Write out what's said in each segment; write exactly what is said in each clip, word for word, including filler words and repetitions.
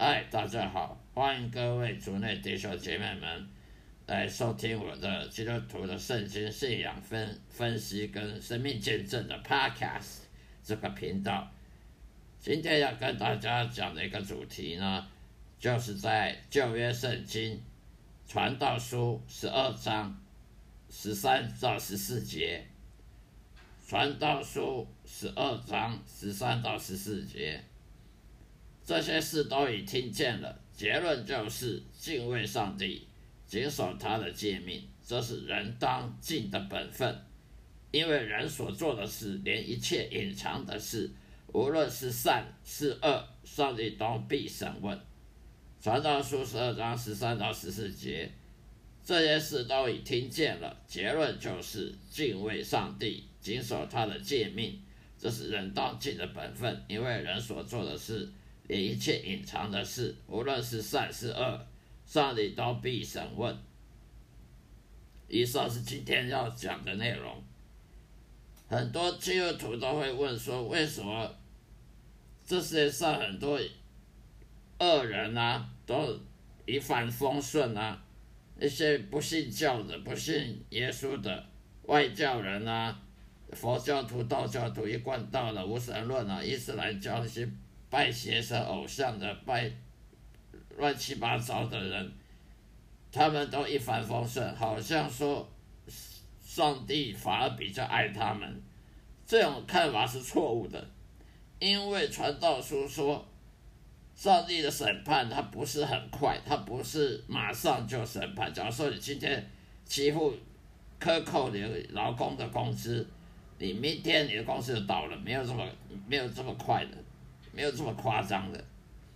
嗨，大家好，欢迎各位族内弟兄姐妹们来收听我的基督徒的圣经信仰分分析跟生命见证的 Podcast 这个频道。今天要跟大家讲的一个主题呢，就是在旧约圣经传道书十二章十三到十四节。传道书十二章十三到十四节。这些事都已听见了，结论就是敬畏上帝，谨守他的诫命，这是人当尽的本分。因为人所做的事，连一切隐藏的事，无论是善是恶，上帝都必审问。传道书十二章十三到十四节，这些事都已听见了，结论就是敬畏上帝，谨守他的诫命，这是人当尽的本分。因为人所做的事，连一切隐藏的事，无论是善是恶，上帝都必审问。以上是今天要讲的内容。很多基督徒都会问说，为什么这世界上很多恶人啊，都一帆风顺啊？那些不信教的、不信耶稣的外教人啊，佛教徒、道教徒、一贯道的无神论啊，伊斯兰教那些拜邪神偶像的、拜乱七八糟的人，他们都一帆风顺，好像说上帝反而比较爱他们。这种看法是错误的，因为传道书说，上帝的审判他不是很快，他不是马上就审判。假如说你今天欺负克扣你劳工的工资，你明天你的公司就倒了，没有这么没有这么快的，没有这么夸张的。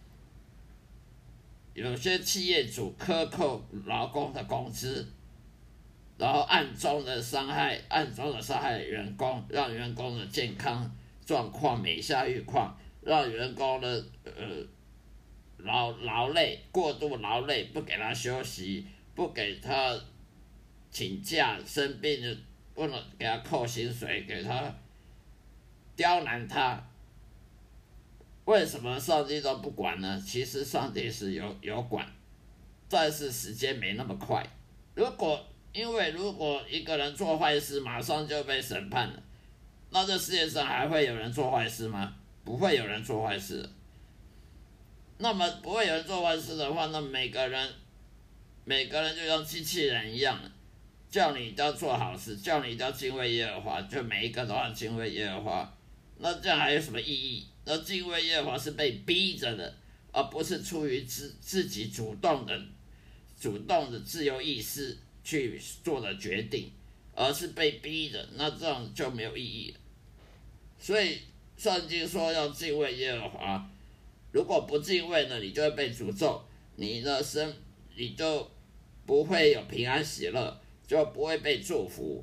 有些企业主克扣劳工的工资，然后暗中的伤害，暗中的伤害员工，让员工的健康状况每下愈况，让员工的呃劳劳累，过度劳累，不给他休息，不给他请假，生病的不能给他扣薪水，给他刁难他。为什么上帝都不管呢？其实上帝是有有管，但是时间没那么快。如果因为如果一个人做坏事，马上就被审判了，那这世界上还会有人做坏事吗？不会有人做坏事。那么不会有人做坏事的话，那每个人每个人就像机器人一样，叫你一定要做好事，叫你一定要敬畏耶和华，就每一个都要敬畏耶和华。那这样还有什么意义？那敬畏耶和华是被逼着的，而不是出于自自己主动的、主动的自由意识去做的决定，而是被逼的，那这样就没有意义了。所以圣经说要敬畏耶和华，如果不敬畏呢，你就会被诅咒，你的生你就不会有平安喜乐，就不会被祝福。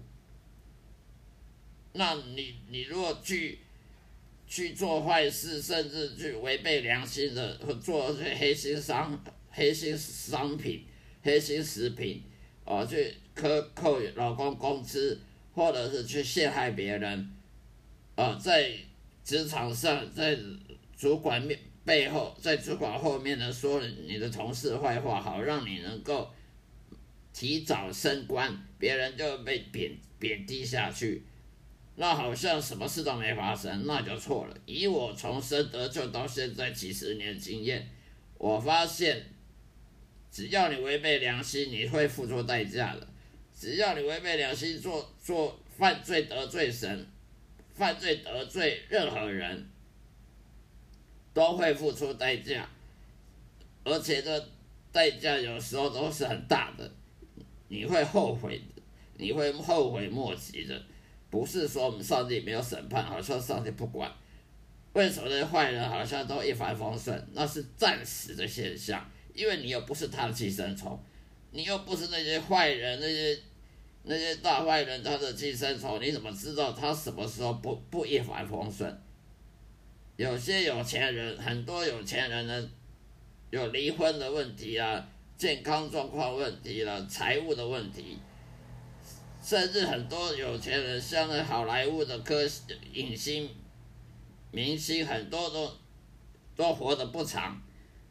那你你如果去去做坏事，甚至去违背良心的，或做黑心商、黑心商品、黑心食品，哦，去克扣劳工工资，或者是去陷害别人，呃，在职场上，在主管面背后，在主管后面呢说你的同事坏话，好让你能够提早升官，别人就被贬贬低下去。那好像什么事都没发生，那就错了。以我从生得救到现在几十年经验，我发现，只要你违背良心，你会付出代价的。只要你违背良心做做犯罪得罪神，犯罪得罪任何人，都会付出代价，而且这代价有时候都是很大的，你会后悔的，你会后悔莫及的。不是说我们上帝没有审判，好像上帝不管。为什么那些坏人好像都一帆风顺？那是暂时的现象，因为你又不是他的寄生虫，你又不是那些坏人，那些那些大坏人他的寄生虫，你怎么知道他什么时候不不一帆风顺？有些有钱人，很多有钱人呢，有离婚的问题啊，健康状况问题啦、啊，财务的问题。甚至很多有钱人，像那好莱坞的歌影星、明星，很多都都活得不长，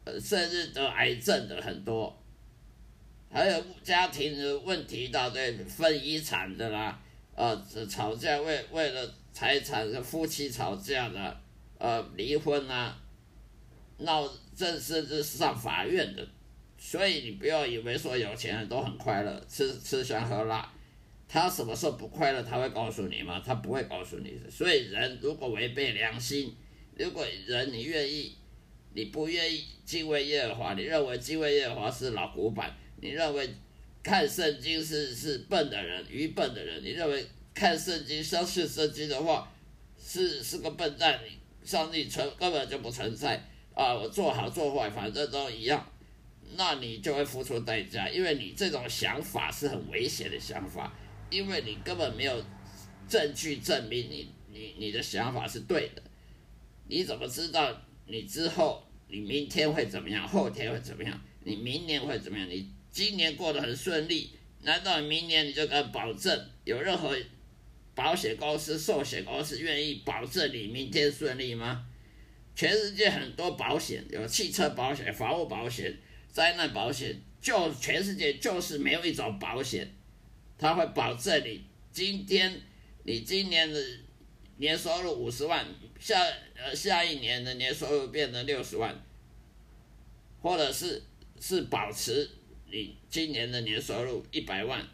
甚至得癌症的很多，还有家庭的问题一大堆，分遗产的啦，呃，吵架为为了财产的夫妻吵架的，呃，离婚啊，闹正甚至上法院的。所以你不要以为说有钱人都很快乐，吃吃香喝辣，他什么时候不快乐，他会告诉你吗？他不会告诉你的。所以人如果违背良心，如果人你愿意，你不愿意敬畏耶和华，你认为敬畏耶和华是老古板，你认为看圣经是是笨的人，愚笨的人，你认为看圣经相信圣经的话是是个笨蛋，上帝存根本就不存在啊！我做好做坏反正都一样，那你就会付出代价，因为你这种想法是很危险的想法，因为你根本没有证据证明你你你的想法是对的，你怎么知道你之后你明天会怎么样，后天会怎么样，你明年会怎么样？你今年过得很顺利，难道你明年你就敢保证有任何保险公司、寿险公司愿意保证你明天顺利吗？全世界很多保险，有汽车保险、房屋保险、灾难保险，就全世界就是没有一种保险，它会保证你今天你今年的年收入五十万，下呃下一年的年收入变成六十万，或者是是保持你今年的年收入一百万。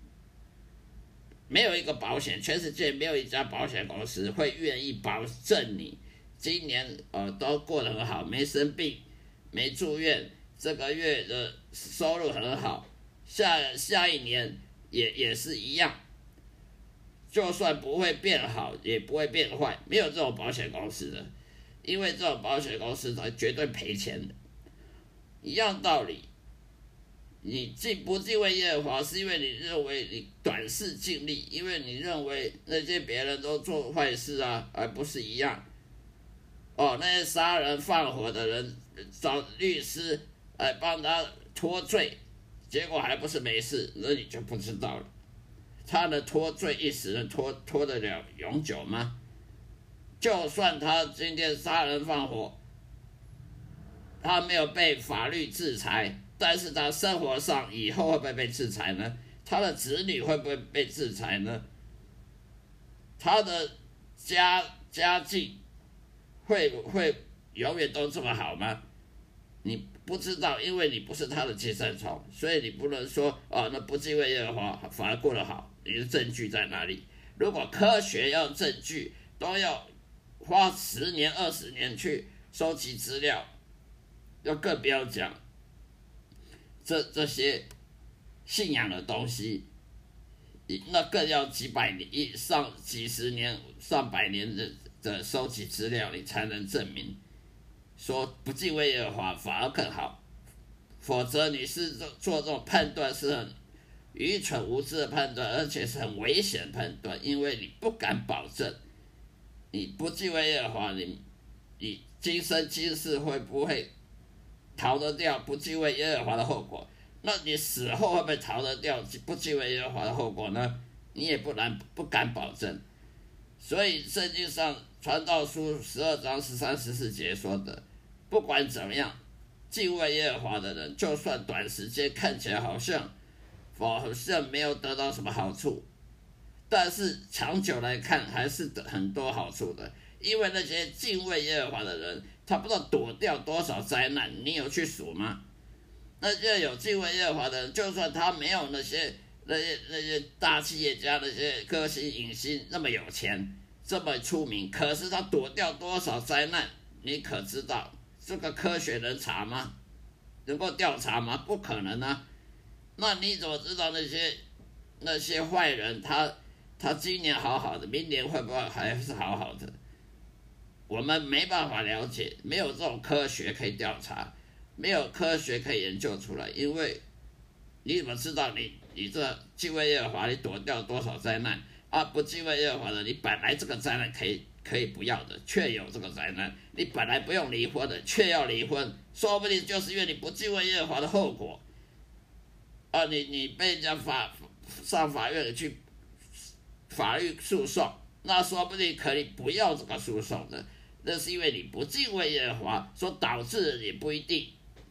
没有一个保险，全世界没有一家保险公司会愿意保证你今年呃都过得很好，没生病，没住院，这个月的收入很好，下下一年也也是一样，就算不会变好，也不会变坏，没有这种保险公司的，因为这种保险公司它绝对赔钱的。一样道理，你敬不敬畏耶和华，是因为你认为你短视尽力，因为你认为那些别人都做坏事啊，而不是一样。哦，那些杀人放火的人找律师来帮他脱罪，结果还不是没事，那你就不知道了。他能脱罪一时，能脱脱得了永久吗？就算他今天杀人放火，他没有被法律制裁，但是他生活上以后会不会被制裁呢？他的子女会不会被制裁呢？他的家家境会会永远都这么好吗？你不知道，因为你不是他的寄生虫，所以你不能说哦，那不敬畏耶和华反而过得好。你的证据在哪里？如果科学要证据，都要花十年、二十年去收集资料，又更不要讲这这些信仰的东西，那更要几百年、一上几十年、上百年的的收集资料，你才能证明说不敬畏耶和华反而更好。否则你是做这种判断是很愚蠢无知的判断，而且是很危险的判断，因为你不敢保证你不敬畏耶和华，你你今生今世会不会逃得掉不敬畏耶和华的后果？那你死后会不会逃得掉不敬畏耶和华的后果呢？你也不难不敢保证。所以圣经上传道书十二章十三十四节说的，不管怎么样，敬畏耶和华的人，就算短时间看起来好像好像没有得到什么好处，但是长久来看还是很多好处的。因为那些敬畏耶和华的人，他不知道躲掉多少灾难，你有去数吗？那些有敬畏耶和华的人，就算他没有那些那些那些大企业家、那些歌星影星那么有钱、这么出名，可是他躲掉多少灾难，你可知道？这个科学能查吗？能够调查吗？不可能啊！那你怎么知道那些那些坏人他他今年好好的，明年会不会还是好好的？我们没办法了解，没有这种科学可以调查，没有科学可以研究出来，因为你怎么知道你你这敬畏耶和华，你躲掉多少灾难啊？不敬畏耶和华的，你本来这个灾难可以可以不要的，却有这个灾难；你本来不用离婚的，却要离婚，说不定就是因为你不敬畏耶和华的后果。啊，你你被人家法上法院去法律诉讼，那说不定可以不要这个诉讼的，那是因为你不敬畏耶和华所导致的，也不一定。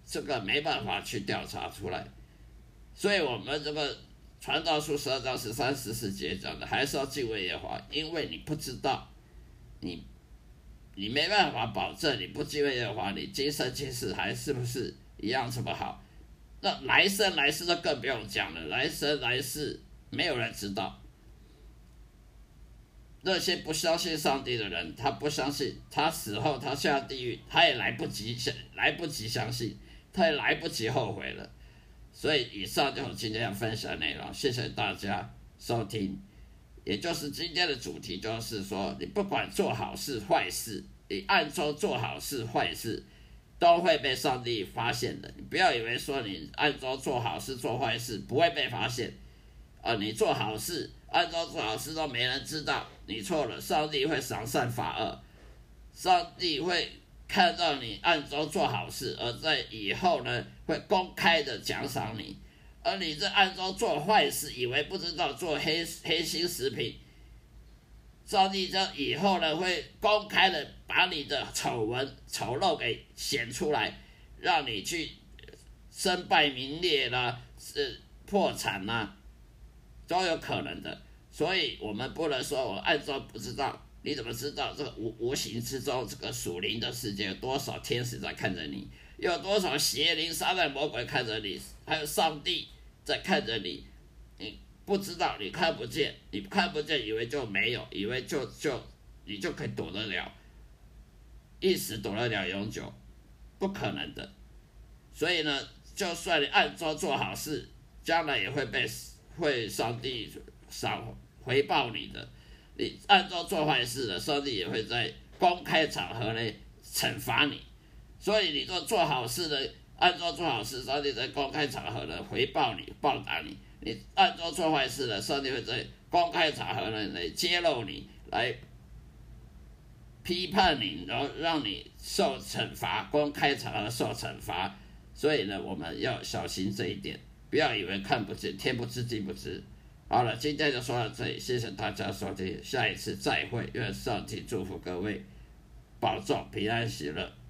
这个没办法去调查出来。所以我们这个传道书十二章十三十四节讲的，还是要敬畏耶和华，因为你不知道，你你没办法保证你不敬畏耶和华，你今生今世还是不是一样这么好？那来生来世就更不用讲了，来生来世没有人知道。那些不相信上帝的人，他不相信，他死后他下地狱，他也来不及来不及相信，他也来不及后悔了。所以以上就是今天要分享的内容，谢谢大家收听。也就是今天的主题，就是说，你不管做好事坏事，你暗中做好事坏事，都会被上帝发现的。你不要以为说你暗中做好事做坏事不会被发现，啊，你做好事暗中做好事都没人知道，你错了，上帝会赏善罚恶，上帝会看到你暗中做好事，而在以后呢，会公开的奖赏你。而你在暗中做坏事，以为不知道做黑黑心食品，上帝在以后呢会公开的把你的丑闻丑陋给显出来，让你去身败名裂啦，是破产啦，都有可能的。所以我们不能说我暗中不知道，你怎么知道这个无无形之中这个属灵的世界有多少天使在看着你，有多少邪灵撒旦魔鬼看着你，还有上帝在看着你，你不知道，你看不见，你看不见，以为就没有，以为就就你就可以躲得了，一时躲得了永久，不可能的。所以呢，就算你暗中做好事，将来也会被会上帝赏回报你的。你暗中做坏事的，上帝也会在公开场合内惩罚你。所以你做做好事的，暗中做好事，上帝在公开场合呢回报你、报答你；你暗中做坏事的，上帝会在公开场合呢来揭露你，来批判你，然后让你受惩罚，公开场合受惩罚。所以呢，我们要小心这一点，不要以为看不见，天不知地不知。好了，今天就说到这里，谢谢大家收听，下一次再会，愿上帝祝福各位，保重平安喜乐。